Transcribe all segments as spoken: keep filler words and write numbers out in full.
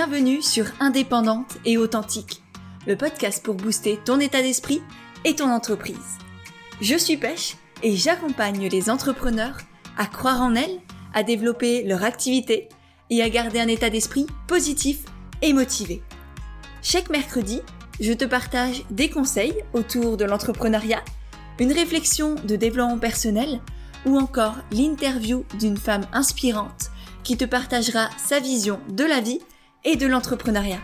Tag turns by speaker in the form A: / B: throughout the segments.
A: Bienvenue sur Indépendante et Authentique, le podcast pour booster ton état d'esprit et ton entreprise. Je suis Pêche et j'accompagne les entrepreneurs à croire en elles, à développer leur activité et à garder un état d'esprit positif et motivé. Chaque mercredi, je te partage des conseils autour de l'entrepreneuriat, une réflexion de développement personnel ou encore l'interview d'une femme inspirante qui te partagera sa vision de la vie et de l'entrepreneuriat.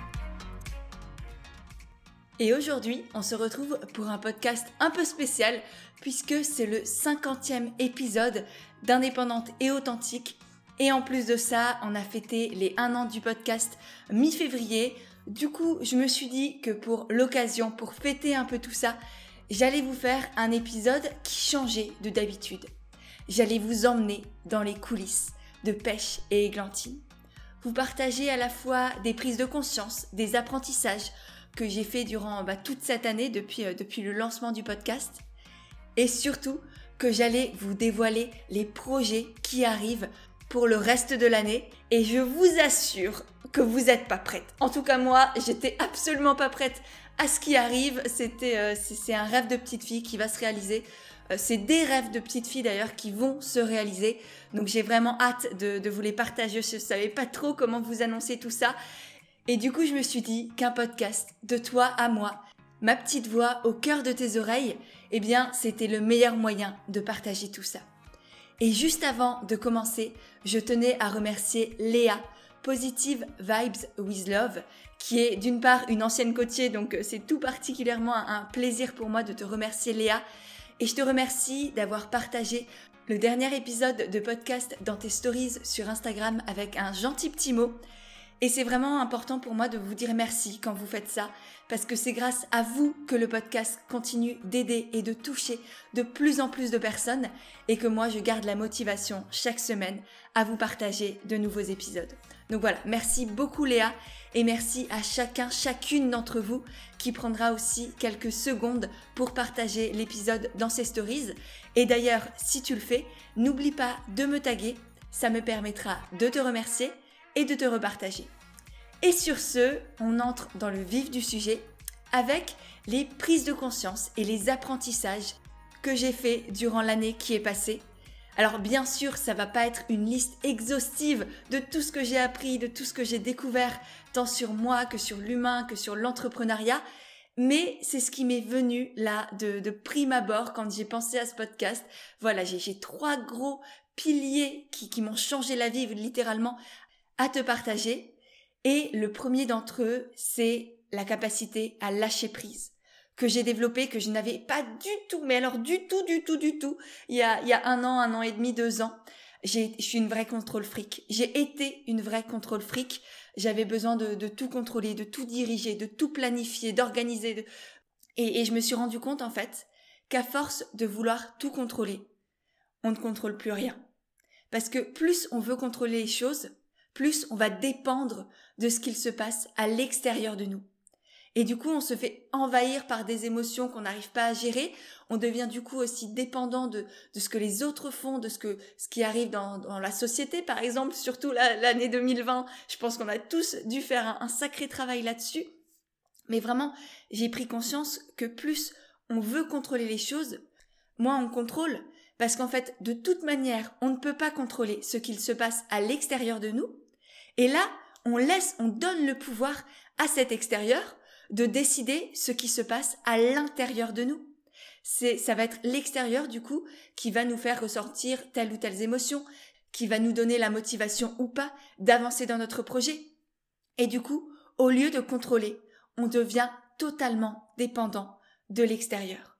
A: Et aujourd'hui, on se retrouve pour un podcast un peu spécial puisque c'est le cinquantième épisode d'Indépendante et Authentique. Et en plus de ça, on a fêté les un an du podcast mi-février. Du coup, je me suis dit que pour l'occasion, pour fêter un peu tout ça, j'allais vous faire un épisode qui changeait de d'habitude. J'allais vous emmener dans les coulisses de Pêche et Églantine. Vous partagez à la fois des prises de conscience, des apprentissages que j'ai fait durant bah, toute cette année depuis, euh, depuis le lancement du podcast et surtout que j'allais vous dévoiler les projets qui arrivent pour le reste de l'année et je vous assure que vous n'êtes pas prête. En tout cas moi, j'étais absolument pas prête à ce qui arrive. C'était, euh, c'est, c'est un rêve de petite fille qui va se réaliser. Euh, c'est des rêves de petite fille d'ailleurs qui vont se réaliser. Donc j'ai vraiment hâte de, de vous les partager. Je ne savais pas trop comment vous annoncer tout ça. Et du coup, je me suis dit qu'un podcast de toi à moi, ma petite voix au cœur de tes oreilles, eh bien, c'était le meilleur moyen de partager tout ça. Et juste avant de commencer, je tenais à remercier Léa, Positive Vibes with Love, qui est d'une part une ancienne coachée, donc c'est tout particulièrement un plaisir pour moi de te remercier Léa. Et je te remercie d'avoir partagé le dernier épisode de podcast dans tes stories sur Instagram avec un gentil petit mot. Et c'est vraiment important pour moi de vous dire merci quand vous faites ça, parce que c'est grâce à vous que le podcast continue d'aider et de toucher de plus en plus de personnes et que moi je garde la motivation chaque semaine à vous partager de nouveaux épisodes. Donc voilà, merci beaucoup Léa et merci à chacun, chacune d'entre vous qui prendra aussi quelques secondes pour partager l'épisode dans ses stories. Et d'ailleurs, si tu le fais, n'oublie pas de me taguer, ça me permettra de te remercier et de te repartager. Et sur ce, on entre dans le vif du sujet avec les prises de conscience et les apprentissages que j'ai fait durant l'année qui est passée. Alors bien sûr, ça va pas être une liste exhaustive de tout ce que j'ai appris, de tout ce que j'ai découvert, tant sur moi que sur l'humain, que sur l'entrepreneuriat, mais c'est ce qui m'est venu là de, de prime abord quand j'ai pensé à ce podcast. Voilà, j'ai, j'ai trois gros piliers qui, qui m'ont changé la vie littéralement à te partager. Et le premier d'entre eux, c'est la capacité à lâcher prise que j'ai développée, que je n'avais pas du tout, mais alors du tout, du tout, du tout, il y a, il y a un an, un an et demi, deux ans. J'ai, je suis une vraie contrôle fric. J'ai été une vraie contrôle fric. J'avais besoin de, de tout contrôler, de tout diriger, de tout planifier, d'organiser. De... Et, et je me suis rendu compte, en fait, qu'à force de vouloir tout contrôler, on ne contrôle plus rien. Parce que plus on veut contrôler les choses, plus on va dépendre de ce qu'il se passe à l'extérieur de nous. Et du coup, on se fait envahir par des émotions qu'on n'arrive pas à gérer. On devient du coup aussi dépendant de, de ce que les autres font, de ce que ce qui arrive dans, dans la société, par exemple, surtout la, l'année deux mille vingt. Je pense qu'on a tous dû faire un, un sacré travail là-dessus. Mais vraiment, j'ai pris conscience que plus on veut contrôler les choses, moins on contrôle. Parce qu'en fait, de toute manière, on ne peut pas contrôler ce qu'il se passe à l'extérieur de nous. Et là, on laisse, on donne le pouvoir à cet extérieur de décider ce qui se passe à l'intérieur de nous. C'est, ça va être l'extérieur, du coup, qui va nous faire ressortir telle ou telle émotion, qui va nous donner la motivation ou pas d'avancer dans notre projet. Et du coup, au lieu de contrôler, on devient totalement dépendant de l'extérieur.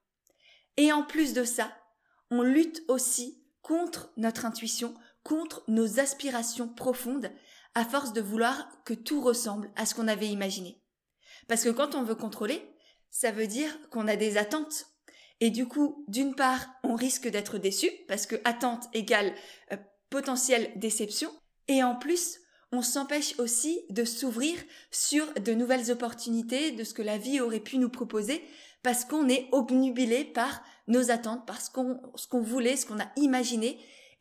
A: Et en plus de ça, on lutte aussi contre notre intuition, contre nos aspirations profondes, à force de vouloir que tout ressemble à ce qu'on avait imaginé. Parce que quand on veut contrôler, ça veut dire qu'on a des attentes. Et du coup, d'une part, on risque d'être déçu, parce que attente égale euh, potentielle déception. Et en plus, on s'empêche aussi de s'ouvrir sur de nouvelles opportunités, de ce que la vie aurait pu nous proposer, parce qu'on est obnubilé par nos attentes, par ce qu'on, ce qu'on voulait, ce qu'on a imaginé.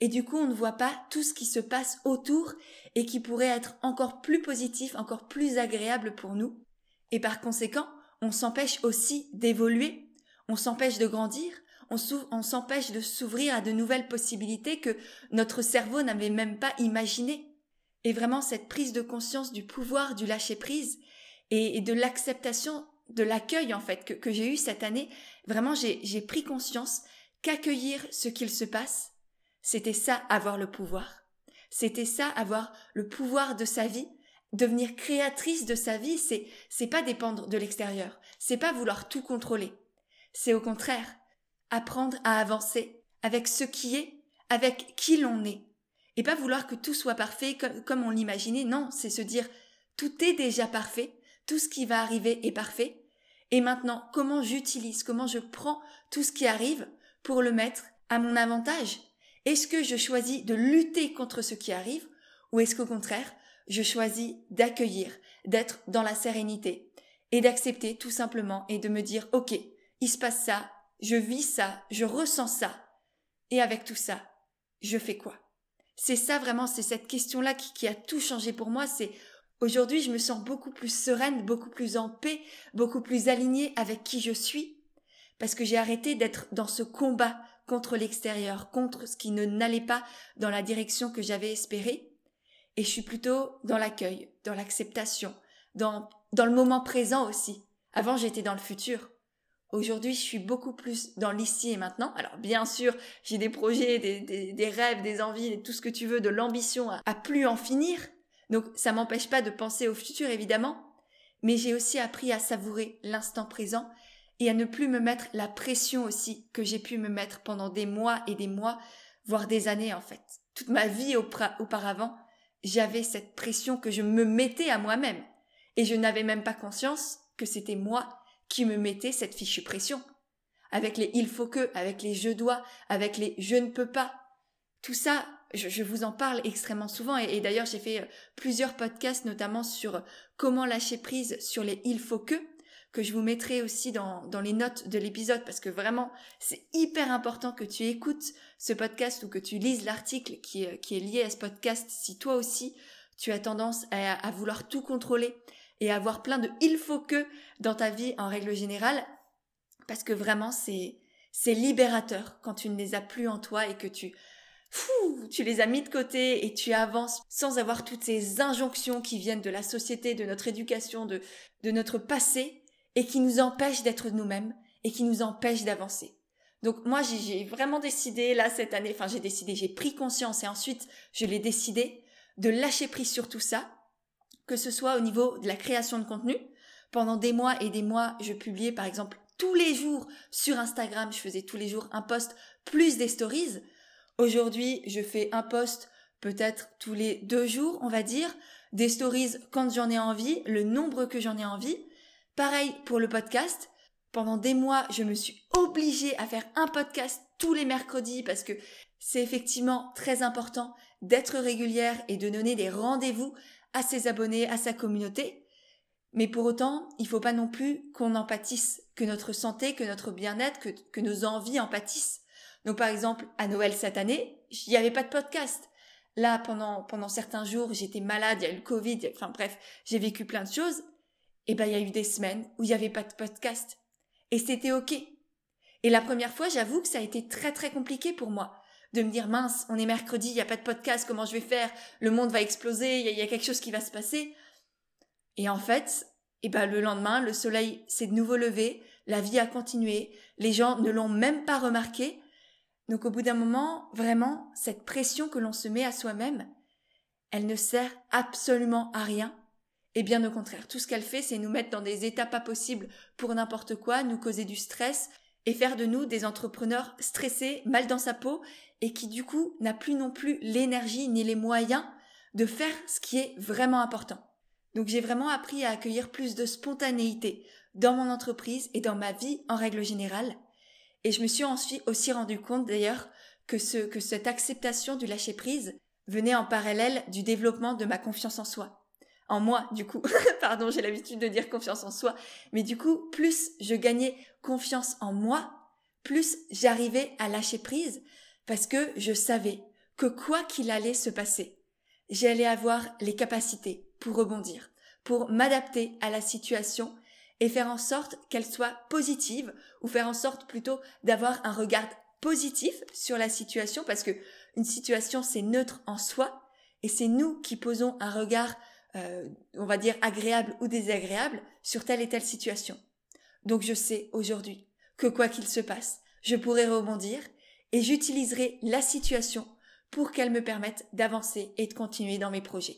A: Et du coup, on ne voit pas tout ce qui se passe autour et qui pourrait être encore plus positif, encore plus agréable pour nous. Et par conséquent, on s'empêche aussi d'évoluer, on s'empêche de grandir, on, on s'empêche de s'ouvrir à de nouvelles possibilités que notre cerveau n'avait même pas imaginées. Et vraiment, cette prise de conscience du pouvoir du lâcher-prise et, et de l'acceptation, de l'accueil en fait que, que j'ai eu cette année, vraiment j'ai, j'ai pris conscience qu'accueillir ce qu'il se passe, c'était ça avoir le pouvoir. C'était ça avoir le pouvoir de sa vie, devenir créatrice de sa vie, c'est, c'est pas dépendre de l'extérieur, c'est pas vouloir tout contrôler. C'est au contraire apprendre à avancer avec ce qui est, avec qui l'on est. Et pas vouloir que tout soit parfait comme, comme on l'imaginait, non, c'est se dire tout est déjà parfait, tout ce qui va arriver est parfait, et maintenant comment j'utilise, comment je prends tout ce qui arrive pour le mettre à mon avantage. Est-ce que je choisis de lutter contre ce qui arrive, ou est-ce qu'au contraire, je choisis d'accueillir, d'être dans la sérénité, et d'accepter tout simplement, et de me dire ok, il se passe ça, je vis ça, je ressens ça, et avec tout ça, je fais quoi? C'est ça vraiment, c'est cette question-là qui, qui a tout changé pour moi. C'est aujourd'hui, je me sens beaucoup plus sereine, beaucoup plus en paix, beaucoup plus alignée avec qui je suis, parce que j'ai arrêté d'être dans ce combat contre l'extérieur, contre ce qui ne n'allait pas dans la direction que j'avais espérée, et je suis plutôt dans l'accueil, dans l'acceptation, dans dans le moment présent aussi. Avant, j'étais dans le futur. Aujourd'hui, je suis beaucoup plus dans l'ici et maintenant. Alors bien sûr, j'ai des projets, des, des, des rêves, des envies, tout ce que tu veux, de l'ambition à, à plus en finir. Donc ça m'empêche pas de penser au futur évidemment, mais j'ai aussi appris à savourer l'instant présent et à ne plus me mettre la pression aussi que j'ai pu me mettre pendant des mois et des mois, voire des années en fait. Toute ma vie auparavant, j'avais cette pression que je me mettais à moi-même et je n'avais même pas conscience que c'était moi qui me mettait cette fichue pression. Avec les il faut que, avec les je dois, avec les je ne peux pas. Tout ça, je, je vous en parle extrêmement souvent et, et d'ailleurs j'ai fait plusieurs podcasts notamment sur comment lâcher prise sur les il faut que, que je vous mettrai aussi dans, dans les notes de l'épisode parce que vraiment c'est hyper important que tu écoutes ce podcast ou que tu lises l'article qui est, qui est lié à ce podcast si toi aussi tu as tendance à, à vouloir tout contrôler et avoir plein de il faut que dans ta vie en règle générale, parce que vraiment c'est c'est libérateur quand tu ne les as plus en toi et que tu fou, tu les as mis de côté et tu avances sans avoir toutes ces injonctions qui viennent de la société, de notre éducation, de de notre passé et qui nous empêchent d'être nous-mêmes et qui nous empêchent d'avancer. Donc moi j'ai, j'ai vraiment décidé là cette année, enfin j'ai décidé, j'ai pris conscience et ensuite je l'ai décidé de lâcher prise sur tout ça. Que ce soit au niveau de la création de contenu. Pendant des mois et des mois, je publiais par exemple tous les jours sur Instagram, je faisais tous les jours un post plus des stories. Aujourd'hui, je fais un post peut-être tous les deux jours, on va dire, des stories quand j'en ai envie, le nombre que j'en ai envie. Pareil pour le podcast. Pendant des mois, je me suis obligée à faire un podcast tous les mercredis parce que c'est effectivement très important d'être régulière et de donner des rendez-vous à ses abonnés, à sa communauté. Mais pour autant, il faut pas non plus qu'on en pâtisse, que notre santé, que notre bien-être, que, que nos envies en pâtissent. Donc par exemple, à Noël cette année, il n'y avait pas de podcast. Là, pendant, pendant certains jours, j'étais malade, il y a eu le Covid, enfin bref, j'ai vécu plein de choses. Et ben, il y a eu des semaines où il n'y avait pas de podcast. Et c'était ok. Et la première fois, j'avoue que ça a été très très compliqué pour moi. De me dire, mince, on est mercredi, il n'y a pas de podcast, comment je vais faire? Le monde va exploser, il y, y a quelque chose qui va se passer. Et en fait, eh ben, le lendemain, le soleil s'est de nouveau levé, la vie a continué, les gens ne l'ont même pas remarqué. Donc au bout d'un moment, vraiment, cette pression que l'on se met à soi-même, elle ne sert absolument à rien. Et bien au contraire, tout ce qu'elle fait, c'est nous mettre dans des états pas possibles pour n'importe quoi, nous causer du stress et faire de nous des entrepreneurs stressés, mal dans sa peau et qui du coup n'a plus non plus l'énergie ni les moyens de faire ce qui est vraiment important. Donc j'ai vraiment appris à accueillir plus de spontanéité dans mon entreprise et dans ma vie en règle générale. Et je me suis ensuite aussi rendu compte d'ailleurs que, ce, que cette acceptation du lâcher-prise venait en parallèle du développement de ma confiance en soi. En moi, du coup. Pardon, j'ai l'habitude de dire confiance en soi. Mais du coup, plus je gagnais confiance en moi, plus j'arrivais à lâcher prise parce que je savais que quoi qu'il allait se passer, j'allais avoir les capacités pour rebondir, pour m'adapter à la situation et faire en sorte qu'elle soit positive, ou faire en sorte plutôt d'avoir un regard positif sur la situation, parce que une situation c'est neutre en soi, et c'est nous qui posons un regard, euh, on va dire agréable ou désagréable, sur telle et telle situation. Donc je sais aujourd'hui que quoi qu'il se passe, je pourrai rebondir et j'utiliserai la situation pour qu'elle me permette d'avancer et de continuer dans mes projets.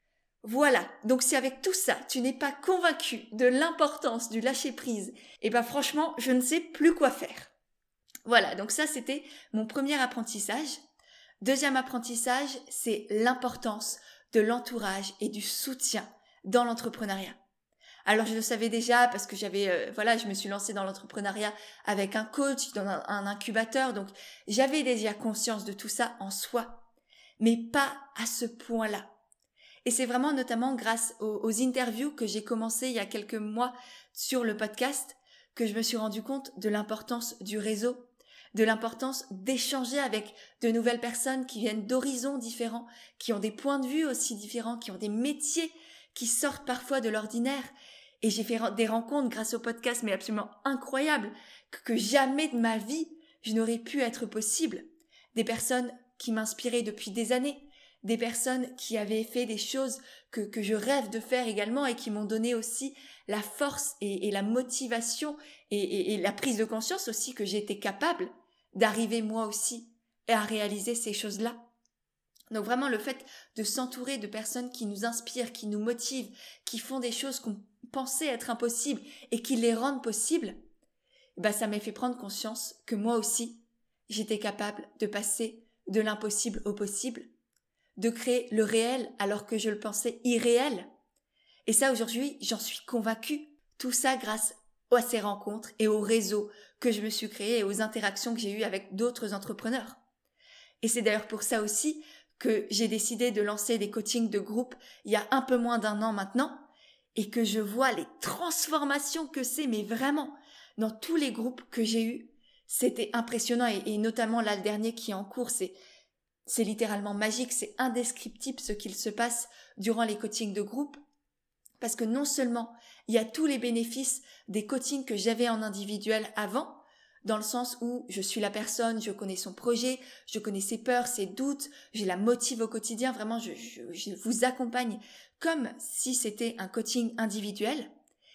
A: Voilà, donc si avec tout ça, tu n'es pas convaincu de l'importance du lâcher-prise, eh ben franchement, je ne sais plus quoi faire. Voilà, donc ça c'était mon premier apprentissage. Deuxième apprentissage, c'est l'importance de l'entourage et du soutien dans l'entrepreneuriat. Alors je le savais déjà parce que j'avais, euh, voilà, je me suis lancée dans l'entrepreneuriat avec un coach, dans un, un incubateur, donc j'avais déjà conscience de tout ça en soi, mais pas à ce point-là. Et c'est vraiment notamment grâce aux, aux interviews que j'ai commencé il y a quelques mois sur le podcast que je me suis rendu compte de l'importance du réseau, de l'importance d'échanger avec de nouvelles personnes qui viennent d'horizons différents, qui ont des points de vue aussi différents, qui ont des métiers qui sortent parfois de l'ordinaire. Et j'ai fait des rencontres grâce au podcast, mais absolument incroyables, que, que jamais de ma vie je n'aurais pu être possible. Des personnes qui m'inspiraient depuis des années, des personnes qui avaient fait des choses que, que je rêve de faire également et qui m'ont donné aussi la force et, et la motivation et, et, et la prise de conscience aussi que j'étais capable d'arriver moi aussi à réaliser ces choses-là. Donc vraiment le fait de s'entourer de personnes qui nous inspirent, qui nous motivent, qui font des choses qu'on pensait être impossibles et qui les rendent possibles, bah ça m'a fait prendre conscience que moi aussi, j'étais capable de passer de l'impossible au possible, de créer le réel alors que je le pensais irréel. Et ça aujourd'hui, j'en suis convaincue. Tout ça grâce à ces rencontres et au réseau que je me suis créé et aux interactions que j'ai eues avec d'autres entrepreneurs. Et c'est d'ailleurs pour ça aussi que j'ai décidé de lancer des coachings de groupe il y a un peu moins d'un an maintenant et que je vois les transformations que c'est, mais vraiment, dans tous les groupes que j'ai eus, c'était impressionnant et, et notamment là le dernier qui est en cours, c'est C'est littéralement magique, c'est indescriptible ce qu'il se passe durant les coachings de groupe, parce que non seulement il y a tous les bénéfices des coachings que j'avais en individuel avant, dans le sens où je suis la personne, je connais son projet, je connais ses peurs, ses doutes, je la motive au quotidien, vraiment je, je, je vous accompagne comme si c'était un coaching individuel.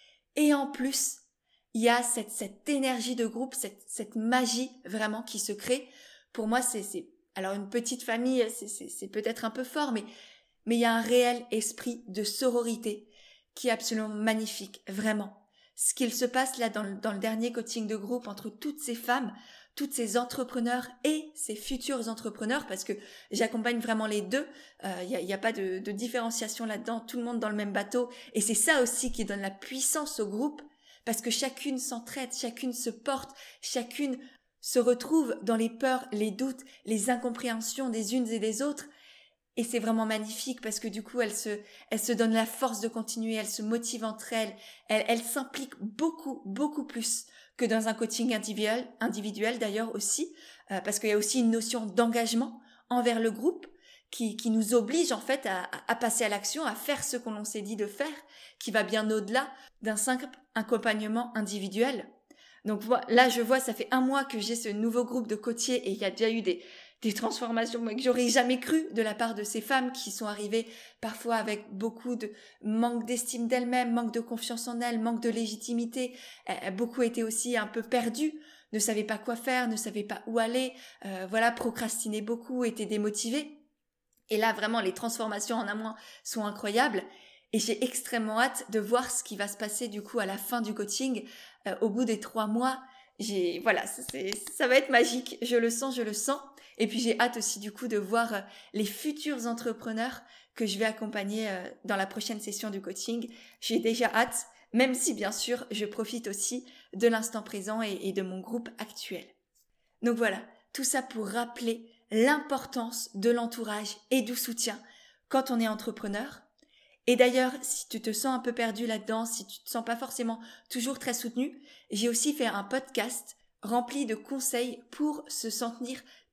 A: Et en plus, il y a cette, cette énergie de groupe, cette, cette magie vraiment qui se crée. Pour moi, c'est... c'est Alors une petite famille, c'est, c'est, c'est peut-être un peu fort, mais, mais il y a un réel esprit de sororité qui est absolument magnifique, vraiment. Ce qu'il se passe là dans le, dans le dernier coaching de groupe entre toutes ces femmes, toutes ces entrepreneurs et ces futurs entrepreneurs, parce que j'accompagne vraiment les deux, il euh, n'y a, y a pas de, de différenciation là-dedans, tout le monde dans le même bateau, et c'est ça aussi qui donne la puissance au groupe, parce que chacune s'entraide, chacune se porte, chacune se retrouve dans les peurs, les doutes, les incompréhensions des unes et des autres. Et c'est vraiment magnifique parce que du coup, elles se, elles se donnent la force de continuer, elles se motivent entre elles, elles, elles s'impliquent beaucoup, beaucoup plus que dans un coaching individuel, individuel d'ailleurs aussi, euh, parce qu'il y a aussi une notion d'engagement envers le groupe qui, qui nous oblige en fait à, à passer à l'action, à faire ce qu'on s'est dit de faire, qui va bien au-delà d'un simple accompagnement individuel. Donc là, je vois, ça fait un mois que j'ai ce nouveau groupe de coachés et il y a déjà eu des, des transformations que j'aurais jamais cru de la part de ces femmes qui sont arrivées parfois avec beaucoup de manque d'estime d'elles-mêmes, manque de confiance en elles, manque de légitimité. Euh, beaucoup étaient aussi un peu perdues, ne savaient pas quoi faire, ne savaient pas où aller, euh, voilà, procrastinaient beaucoup, étaient démotivées. Et là, vraiment, les transformations en un mois sont incroyables. Et j'ai extrêmement hâte de voir ce qui va se passer du coup à la fin du coaching. Euh, au bout des trois mois, j'ai voilà, c'est, ça va être magique. Je le sens, je le sens. Et puis j'ai hâte aussi du coup de voir euh, les futurs entrepreneurs que je vais accompagner euh, dans la prochaine session du coaching. J'ai déjà hâte, même si bien sûr je profite aussi de l'instant présent et, et de mon groupe actuel. Donc voilà, tout ça pour rappeler l'importance de l'entourage et du soutien quand on est entrepreneur. Et d'ailleurs, si tu te sens un peu perdu là-dedans, si tu te sens pas forcément toujours très soutenu, j'ai aussi fait un podcast rempli de conseils pour se sentir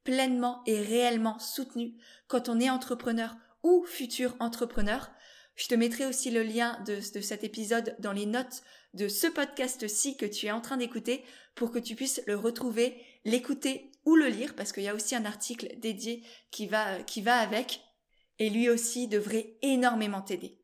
A: pleinement et réellement soutenu quand on est entrepreneur ou futur entrepreneur. Je te mettrai aussi le lien de, de cet épisode dans les notes de ce podcast-ci que tu es en train d'écouter pour que tu puisses le retrouver, l'écouter ou le lire, parce qu'il y a aussi un article dédié qui va, qui va avec, et lui aussi devrait énormément t'aider.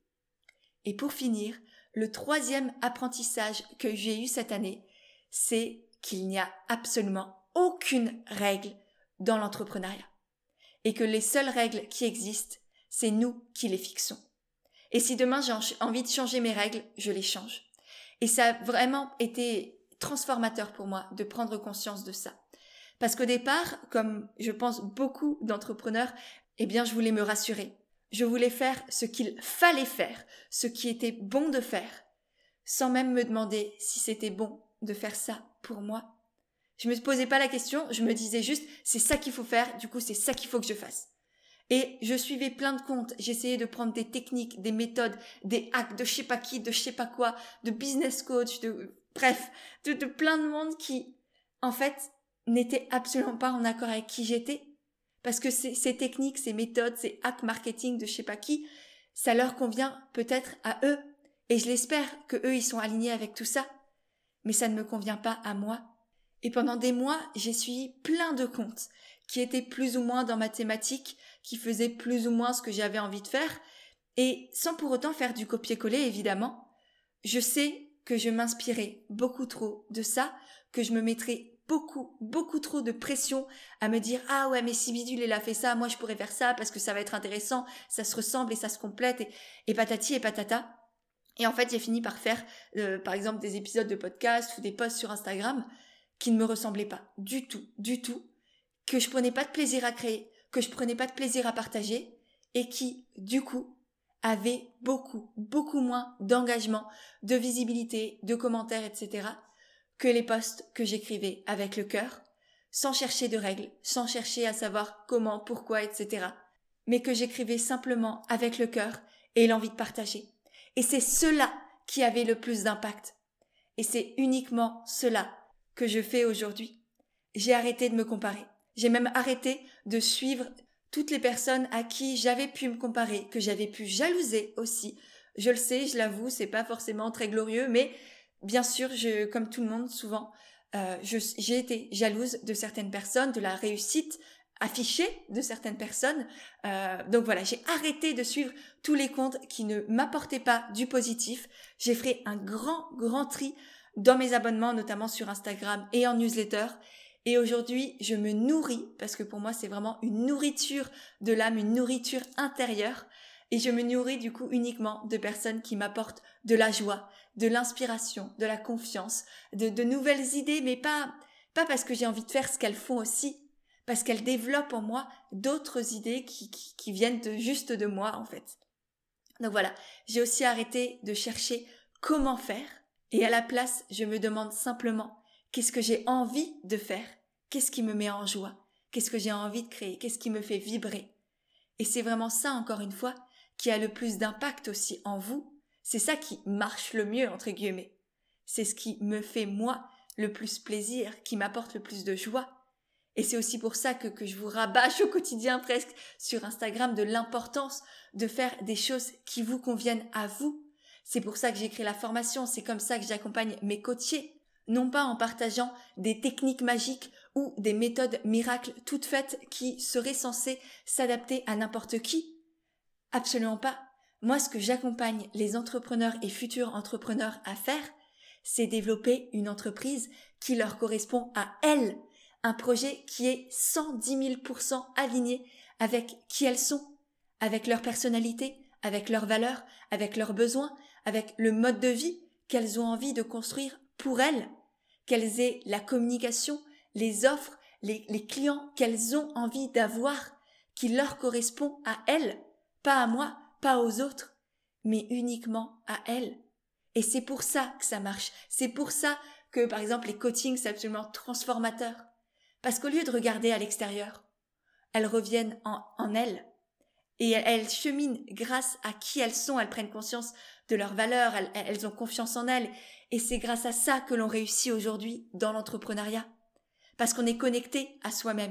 A: Et pour finir, le troisième apprentissage que j'ai eu cette année, c'est qu'il n'y a absolument aucune règle dans l'entrepreneuriat. Et que les seules règles qui existent, c'est nous qui les fixons. Et si demain j'ai envie de changer mes règles, je les change. Et ça a vraiment été transformateur pour moi de prendre conscience de ça. Parce qu'au départ, comme je pense beaucoup d'entrepreneurs, eh bien je voulais me rassurer. Je voulais faire ce qu'il fallait faire, ce qui était bon de faire, sans même me demander si c'était bon de faire ça pour moi. Je me posais pas la question, je me disais juste c'est ça qu'il faut faire, du coup c'est ça qu'il faut que je fasse. Et je suivais plein de comptes, j'essayais de prendre des techniques, des méthodes, des hacks de je sais pas qui, de je sais pas quoi, de business coach, de bref, de, de plein de monde qui, en fait, n'étaient absolument pas en accord avec qui j'étais. Parce que ces, ces techniques, ces méthodes, ces hacks marketing de je sais pas qui, ça leur convient peut-être à eux. Et je l'espère que eux, ils sont alignés avec tout ça. Mais ça ne me convient pas à moi. Et pendant des mois, j'ai suivi plein de comptes qui étaient plus ou moins dans ma thématique, qui faisaient plus ou moins ce que j'avais envie de faire, et sans pour autant faire du copier-coller, évidemment. Je sais que je m'inspirais beaucoup trop de ça, que je me mettrais beaucoup, beaucoup trop de pression à me dire « Ah ouais, mais si Bidule, il a fait ça, moi je pourrais faire ça parce que ça va être intéressant, ça se ressemble et ça se complète, et, et patati et patata. » Et en fait, j'ai fini par faire, euh, par exemple, des épisodes de podcast ou des posts sur Instagram qui ne me ressemblaient pas du tout, du tout, que je prenais pas de plaisir à créer, que je prenais pas de plaisir à partager, et qui, du coup, avaient beaucoup, beaucoup moins d'engagement, de visibilité, de commentaires, et cetera, que les posts que j'écrivais avec le cœur, sans chercher de règles, sans chercher à savoir comment, pourquoi, et cetera, mais que j'écrivais simplement avec le cœur et l'envie de partager. Et c'est cela qui avait le plus d'impact. Et c'est uniquement cela que je fais aujourd'hui. J'ai arrêté de me comparer. J'ai même arrêté de suivre toutes les personnes à qui j'avais pu me comparer, que j'avais pu jalouser aussi. Je le sais, je l'avoue, c'est pas forcément très glorieux, mais bien sûr, je, comme tout le monde, souvent, euh, je, j'ai été jalouse de certaines personnes, de la réussite affichée de certaines personnes. Euh, donc voilà, j'ai arrêté de suivre tous les comptes qui ne m'apportaient pas du positif. J'ai fait un grand, grand tri dans mes abonnements, notamment sur Instagram et en newsletter. Et aujourd'hui, je me nourris, parce que pour moi, c'est vraiment une nourriture de l'âme, une nourriture intérieure. Et je me nourris du coup uniquement de personnes qui m'apportent de la joie, de l'inspiration, de la confiance, de, de nouvelles idées, mais pas, pas parce que j'ai envie de faire ce qu'elles font aussi, parce qu'elles développent en moi d'autres idées qui, qui, qui viennent de, juste de moi en fait. Donc voilà, j'ai aussi arrêté de chercher comment faire, et à la place, je me demande simplement qu'est-ce que j'ai envie de faire, qu'est-ce qui me met en joie, qu'est-ce que j'ai envie de créer, qu'est-ce qui me fait vibrer. Et c'est vraiment ça, encore une fois, qui a le plus d'impact aussi en vous. C'est ça qui marche le mieux, entre guillemets. C'est ce qui me fait, moi, le plus plaisir, qui m'apporte le plus de joie. Et c'est aussi pour ça que, que je vous rabâche au quotidien presque sur Instagram de l'importance de faire des choses qui vous conviennent à vous. C'est pour ça que j'ai créé la formation, c'est comme ça que j'accompagne mes coachés. Non pas en partageant des techniques magiques ou des méthodes miracles toutes faites qui seraient censées s'adapter à n'importe qui. Absolument pas. Moi, ce que j'accompagne les entrepreneurs et futurs entrepreneurs à faire, c'est développer une entreprise qui leur correspond à elles. Un projet qui est cent dix mille pour cent aligné avec qui elles sont, avec leur personnalité, avec leurs valeurs, avec leurs besoins, avec le mode de vie qu'elles ont envie de construire pour elles, qu'elles aient la communication, les offres, les, les clients qu'elles ont envie d'avoir, qui leur correspond à elles, pas à moi, pas aux autres, mais uniquement à elles. Et c'est pour ça que ça marche. C'est pour ça que, par exemple, les coachings, c'est absolument transformateur. Parce qu'au lieu de regarder à l'extérieur, elles reviennent en, en elles. Et elles, elles cheminent grâce à qui elles sont, elles prennent conscience de leurs valeurs, elles, elles ont confiance en elles. Et c'est grâce à ça que l'on réussit aujourd'hui dans l'entrepreneuriat. Parce qu'on est connecté à soi-même.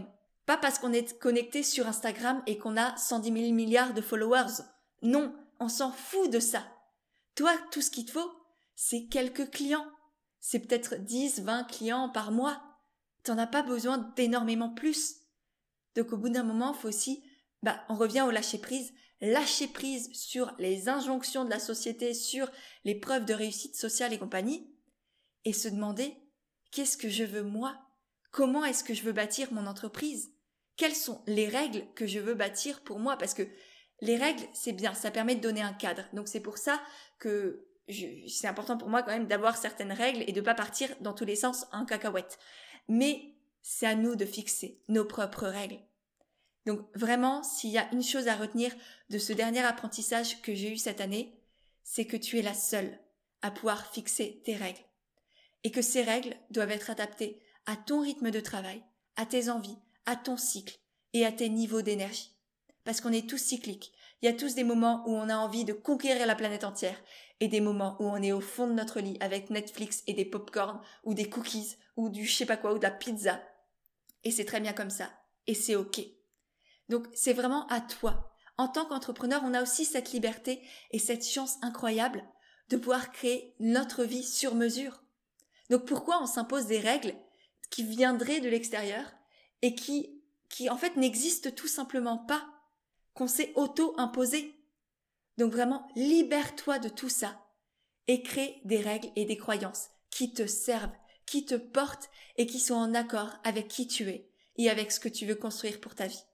A: Pas parce qu'on est connecté sur Instagram et qu'on a cent dix mille milliards de followers. Non, on s'en fout de ça. Toi, tout ce qu'il te faut, c'est quelques clients. C'est peut-être dix, vingt clients par mois. T'en as pas besoin d'énormément plus. Donc au bout d'un moment, il faut aussi, bah, on revient au lâcher prise, lâcher prise sur les injonctions de la société, sur les preuves de réussite sociale et compagnie, et se demander, qu'est-ce que je veux moi? Comment est-ce que je veux bâtir mon entreprise? Quelles sont les règles que je veux bâtir pour moi? Parce que les règles, c'est bien, ça permet de donner un cadre. Donc c'est pour ça que je, c'est important pour moi quand même d'avoir certaines règles et de pas partir dans tous les sens en cacahuète. Mais c'est à nous de fixer nos propres règles. Donc vraiment, s'il y a une chose à retenir de ce dernier apprentissage que j'ai eu cette année, c'est que tu es la seule à pouvoir fixer tes règles. Et que ces règles doivent être adaptées à ton rythme de travail, à tes envies, à ton cycle et à tes niveaux d'énergie. Parce qu'on est tous cycliques. Il y a tous des moments où on a envie de conquérir la planète entière et des moments où on est au fond de notre lit avec Netflix et des pop-corn ou des cookies ou du je sais pas quoi ou de la pizza. Et c'est très bien comme ça. Et c'est ok. Donc c'est vraiment à toi. En tant qu'entrepreneur, on a aussi cette liberté et cette chance incroyable de pouvoir créer notre vie sur mesure. Donc pourquoi on s'impose des règles qui viendraient de l'extérieur et qui, qui en fait n'existent tout simplement pas, qu'on s'est auto-imposé? Donc vraiment, libère-toi de tout ça et crée des règles et des croyances qui te servent, qui te portent et qui sont en accord avec qui tu es et avec ce que tu veux construire pour ta vie.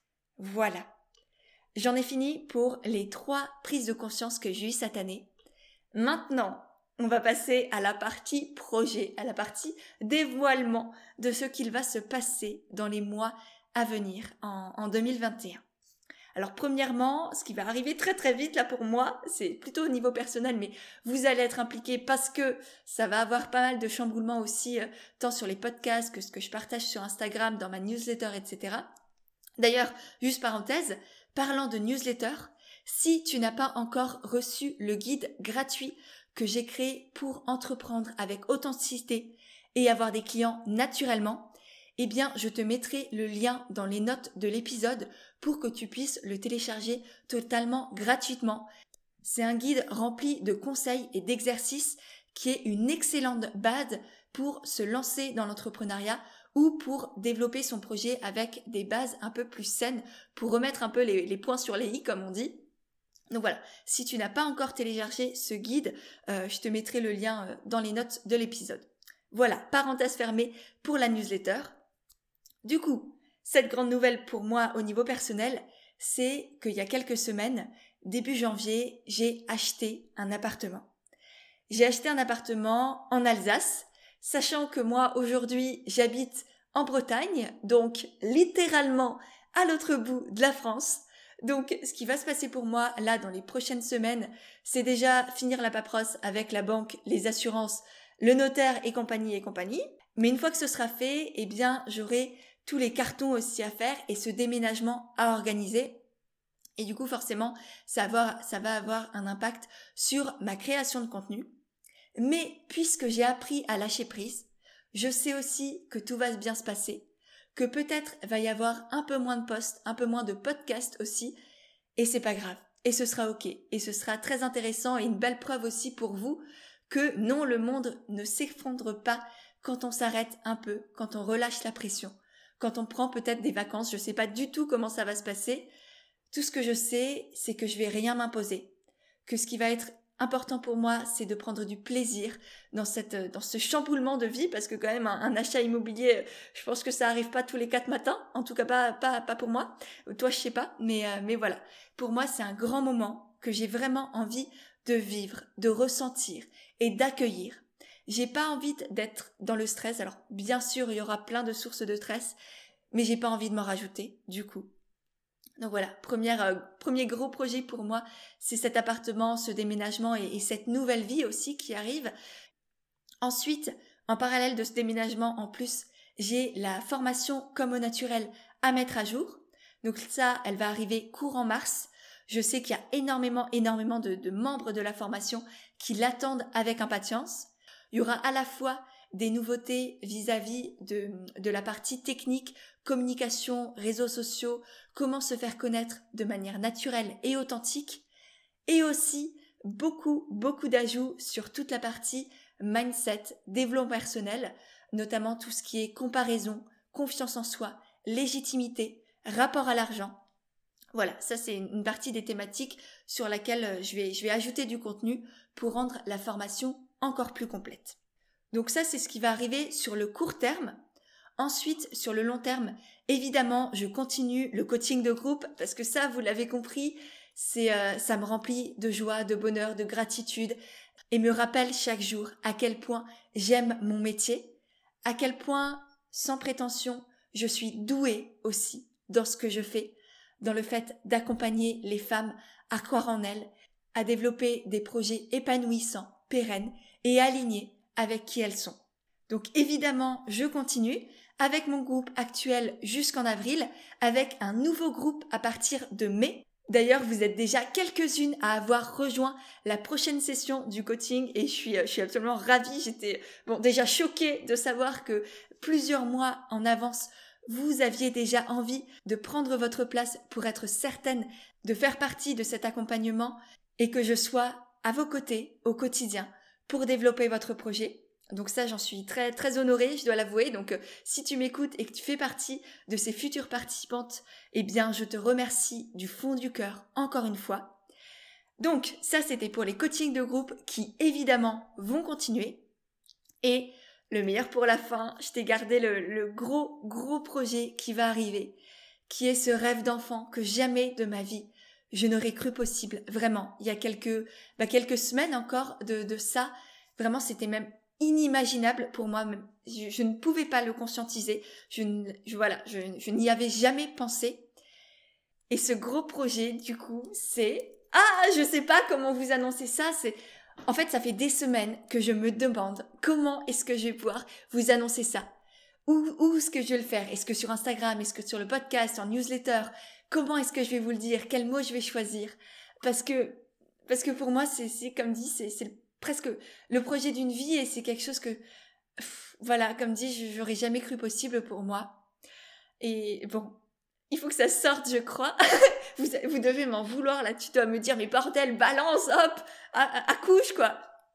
A: Voilà. J'en ai fini pour les trois prises de conscience que j'ai eues cette année. Maintenant, on va passer à la partie projet, à la partie dévoilement de ce qu'il va se passer dans les mois à venir en, en deux mille vingt et un. Alors premièrement, ce qui va arriver très très vite là pour moi, c'est plutôt au niveau personnel, mais vous allez être impliqués parce que ça va avoir pas mal de chamboulements aussi, euh, tant sur les podcasts que ce que je partage sur Instagram, dans ma newsletter, et cetera. D'ailleurs, juste parenthèse, parlant de newsletter, si tu n'as pas encore reçu le guide gratuit que j'ai créé pour entreprendre avec authenticité et avoir des clients naturellement, eh bien, je te mettrai le lien dans les notes de l'épisode pour que tu puisses le télécharger totalement gratuitement. C'est un guide rempli de conseils et d'exercices qui est une excellente base pour se lancer dans l'entrepreneuriat ou pour développer son projet avec des bases un peu plus saines, pour remettre un peu les, les points sur les i, comme on dit. Donc voilà, si tu n'as pas encore téléchargé ce guide, euh, je te mettrai le lien euh, dans les notes de l'épisode. Voilà, parenthèse fermée pour la newsletter. Du coup, cette grande nouvelle pour moi au niveau personnel, c'est qu'il y a quelques semaines, début janvier, j'ai acheté un appartement. J'ai acheté un appartement en Alsace, sachant que moi aujourd'hui j'habite en Bretagne, donc littéralement à l'autre bout de la France. Donc ce qui va se passer pour moi là dans les prochaines semaines, c'est déjà finir la paperasse avec la banque, les assurances, le notaire et compagnie et compagnie. Mais une fois que ce sera fait, eh bien j'aurai tous les cartons aussi à faire et ce déménagement à organiser. Et du coup forcément ça va avoir, ça va avoir un impact sur ma création de contenu. Mais puisque j'ai appris à lâcher prise, je sais aussi que tout va bien se passer, que peut-être va y avoir un peu moins de posts, un peu moins de podcasts aussi, et c'est pas grave, et ce sera ok, et ce sera très intéressant et une belle preuve aussi pour vous que non, le monde ne s'effondre pas quand on s'arrête un peu, quand on relâche la pression, quand on prend peut-être des vacances, je sais pas du tout comment ça va se passer. Tout ce que je sais, c'est que je vais rien m'imposer, que ce qui va être important pour moi, c'est de prendre du plaisir dans cette, dans ce chamboulement de vie, parce que quand même un, un achat immobilier, je pense que ça arrive pas tous les quatre matins, en tout cas pas, pas, pas pour moi. Toi, je sais pas, mais, euh, mais voilà. Pour moi, c'est un grand moment que j'ai vraiment envie de vivre, de ressentir et d'accueillir. J'ai pas envie d'être dans le stress. Alors, bien sûr, il y aura plein de sources de stress, mais j'ai pas envie de m'en rajouter, du coup. Donc voilà, première, euh, premier gros projet pour moi, c'est cet appartement, ce déménagement et, et cette nouvelle vie aussi qui arrive. Ensuite, en parallèle de ce déménagement, en plus, j'ai la formation Comme au naturel à mettre à jour. Donc ça, elle va arriver courant mars. Je sais qu'il y a énormément, énormément de, de membres de la formation qui l'attendent avec impatience. Il y aura à la fois des nouveautés vis-à-vis de, de la partie technique, communication, réseaux sociaux, comment se faire connaître de manière naturelle et authentique, et aussi beaucoup, beaucoup d'ajouts sur toute la partie mindset, développement personnel, notamment tout ce qui est comparaison, confiance en soi, légitimité, rapport à l'argent. Voilà, ça c'est une partie des thématiques sur laquelle je vais, je vais ajouter du contenu pour rendre la formation encore plus complète. Donc ça c'est ce qui va arriver sur le court terme. Ensuite, sur le long terme, évidemment, je continue le coaching de groupe parce que ça, vous l'avez compris, c'est, euh, ça me remplit de joie, de bonheur, de gratitude et me rappelle chaque jour à quel point j'aime mon métier, à quel point, sans prétention, je suis douée aussi dans ce que je fais, dans le fait d'accompagner les femmes à croire en elles, à développer des projets épanouissants, pérennes et alignés avec qui elles sont. Donc évidemment, je continue avec mon groupe actuel jusqu'en avril, avec un nouveau groupe à partir de mai. D'ailleurs, vous êtes déjà quelques-unes à avoir rejoint la prochaine session du coaching et je suis, je suis absolument ravie. J'étais bon, déjà choquée de savoir que plusieurs mois en avance, vous aviez déjà envie de prendre votre place pour être certaine de faire partie de cet accompagnement et que je sois à vos côtés au quotidien pour développer votre projet. Donc ça, j'en suis très très honorée, je dois l'avouer. Donc euh, si tu m'écoutes et que tu fais partie de ces futures participantes, eh bien je te remercie du fond du cœur encore une fois. Donc ça, c'était pour les coachings de groupe qui évidemment vont continuer. Et le meilleur pour la fin, je t'ai gardé le, le gros gros projet qui va arriver, qui est ce rêve d'enfant que jamais de ma vie je n'aurais cru possible. Vraiment, il y a quelques bah, quelques semaines encore de, de ça, vraiment c'était même inimaginable pour moi, je, je ne pouvais pas le conscientiser, je, je, voilà, je, je n'y avais jamais pensé. Et ce gros projet, du coup, c'est... Ah, je sais pas comment vous annoncer ça, c'est... En fait, ça fait des semaines que je me demande comment est-ce que je vais pouvoir vous annoncer ça. Où, où est-ce que je vais le faire? Est-ce que sur Instagram? Est-ce que sur le podcast, en newsletter? Comment est-ce que je vais vous le dire? Quel mot je vais choisir? Parce que, parce que pour moi, c'est, c'est comme dit, c'est, c'est le presque le projet d'une vie et c'est quelque chose que, pff, voilà, comme dit, j'aurais jamais cru possible pour moi. Et bon, il faut que ça sorte, je crois. vous, vous devez m'en vouloir là, tu dois me dire, mais bordel, balance, hop, à, à, à couche, quoi.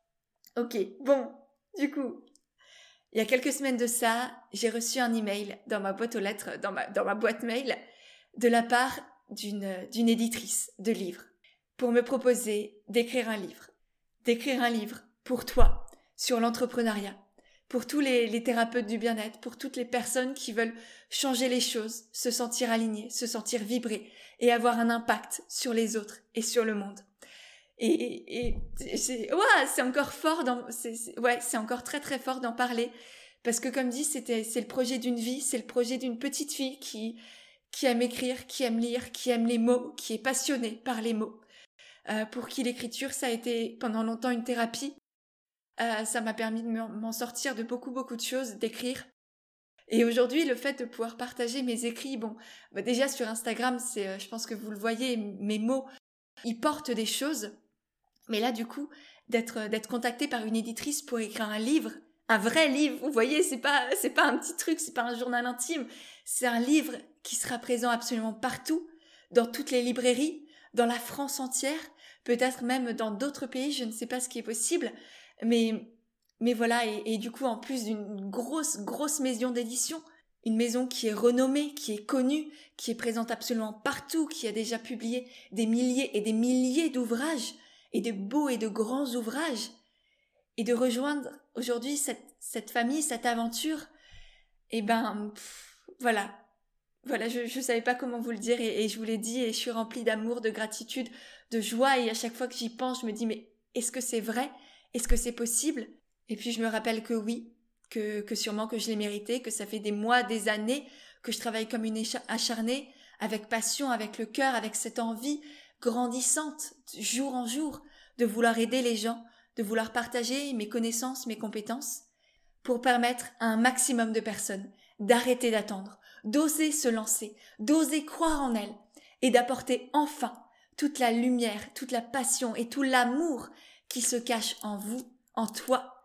A: Ok, bon, du coup, il y a quelques semaines de ça, j'ai reçu un email dans ma boîte aux lettres, dans ma, dans ma boîte mail, de la part d'une, d'une éditrice de livres, pour me proposer d'écrire un livre. D'écrire un livre pour toi sur l'entrepreneuriat, pour tous les, les thérapeutes du bien-être, pour toutes les personnes qui veulent changer les choses, se sentir alignées, se sentir vibrer et avoir un impact sur les autres et sur le monde. Et, et, et c'est, ouais, c'est encore fort, d'en, c'est, c'est, ouais, c'est encore très très fort d'en parler parce que comme dit, c'était, c'est le projet d'une vie, c'est le projet d'une petite fille qui, qui aime écrire, qui aime lire, qui aime les mots, qui est passionnée par les mots. Euh, pour qui l'écriture, ça a été pendant longtemps une thérapie. Euh, ça m'a permis de m'en sortir de beaucoup, beaucoup de choses, d'écrire. Et aujourd'hui, le fait de pouvoir partager mes écrits, bon, bah déjà sur Instagram, c'est, euh, je pense que vous le voyez, mes mots, ils portent des choses. Mais là, du coup, d'être, d'être contactée par une éditrice pour écrire un livre, un vrai livre, vous voyez, c'est pas, c'est pas un petit truc, c'est pas un journal intime, c'est un livre qui sera présent absolument partout, dans toutes les librairies, dans la France entière, peut-être même dans d'autres pays, je ne sais pas ce qui est possible, mais, mais voilà, et, et du coup, en plus d'une grosse, grosse maison d'édition, une maison qui est renommée, qui est connue, qui est présente absolument partout, qui a déjà publié des milliers et des milliers d'ouvrages, et de beaux et de grands ouvrages, et de rejoindre aujourd'hui cette, cette famille, cette aventure, et ben, pff, voilà. Voilà, je ne savais pas comment vous le dire et, et je vous l'ai dit et je suis remplie d'amour, de gratitude, de joie et à chaque fois que j'y pense, je me dis mais est-ce que c'est vrai? Est-ce que c'est possible? Et puis je me rappelle que oui, que, que sûrement que je l'ai mérité, que ça fait des mois, des années que je travaille comme une acharnée, avec passion, avec le cœur, avec cette envie grandissante, jour en jour, de vouloir aider les gens, de vouloir partager mes connaissances, mes compétences, pour permettre à un maximum de personnes d'arrêter d'attendre, d'oser se lancer, d'oser croire en elles et d'apporter enfin toute la lumière, toute la passion et tout l'amour qui se cache en vous, en toi.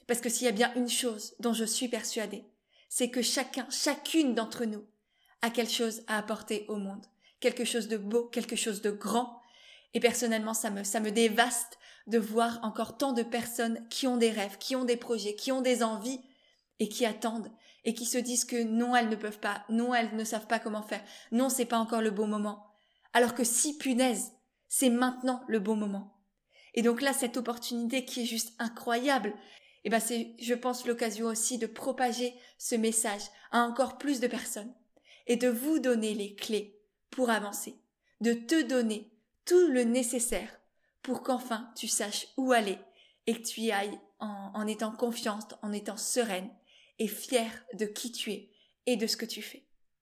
A: Parce que s'il y a bien une chose dont je suis persuadée, c'est que chacun, chacune d'entre nous a quelque chose à apporter au monde. Quelque chose de beau, quelque chose de grand. Et personnellement, ça me, ça me dévaste de voir encore tant de personnes qui ont des rêves, qui ont des projets, qui ont des envies et qui attendent et qui se disent que non, elles ne peuvent pas, non, elles ne savent pas comment faire, non, c'est pas encore le bon moment. Alors que si, punaise, c'est maintenant le bon moment. Et donc là, cette opportunité qui est juste incroyable, et ben c'est, je pense, l'occasion aussi de propager ce message à encore plus de personnes et de vous donner les clés pour avancer, de te donner tout le nécessaire pour qu'enfin tu saches où aller et que tu y ailles en, en étant confiante, en étant sereine et fière de qui tu es et de ce que tu fais.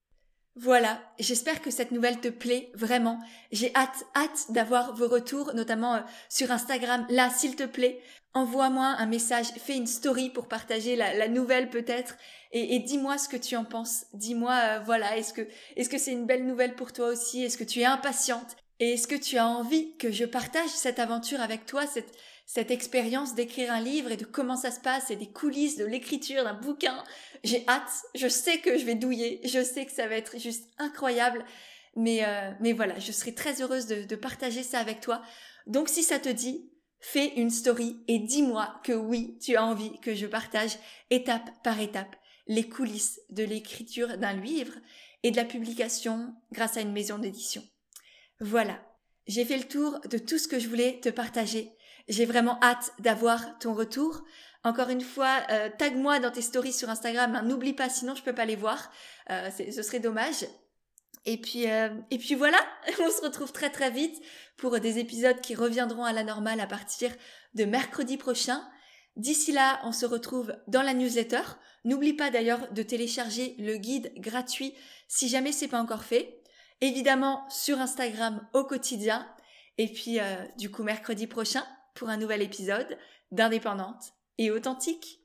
A: Voilà, j'espère que cette nouvelle te plaît vraiment. J'ai hâte, hâte d'avoir vos retours, notamment euh, sur Instagram. Là, s'il te plaît, envoie-moi un message, fais une story pour partager la, la nouvelle peut-être et, et dis-moi ce que tu en penses. Dis-moi, euh, voilà, est-ce que, est-ce que c'est une belle nouvelle pour toi aussi? Est-ce que tu es impatiente? Et est-ce que tu as envie que je partage cette aventure avec toi, cette, cette expérience d'écrire un livre et de comment ça se passe et des coulisses de l'écriture d'un bouquin? J'ai hâte, je sais que je vais douiller, je sais que ça va être juste incroyable, mais, euh, mais voilà, je serai très heureuse de, de partager ça avec toi. Donc si ça te dit, fais une story et dis-moi que oui, tu as envie que je partage étape par étape les coulisses de l'écriture d'un livre et de la publication grâce à une maison d'édition. Voilà, j'ai fait le tour de tout ce que je voulais te partager. J'ai vraiment hâte d'avoir ton retour. Encore une fois, euh, tag-moi dans tes stories sur Instagram, hein, n'oublie pas, sinon je peux pas les voir. Euh, c'est, ce serait dommage. Et puis, euh, et puis voilà, on se retrouve très très vite pour des épisodes qui reviendront à la normale à partir de mercredi prochain. D'ici là, on se retrouve dans la newsletter. N'oublie pas d'ailleurs de télécharger le guide gratuit si jamais c'est pas encore fait. Évidemment sur Instagram au quotidien. Et puis euh, du coup mercredi prochain pour un nouvel épisode d'Indépendante et Authentique.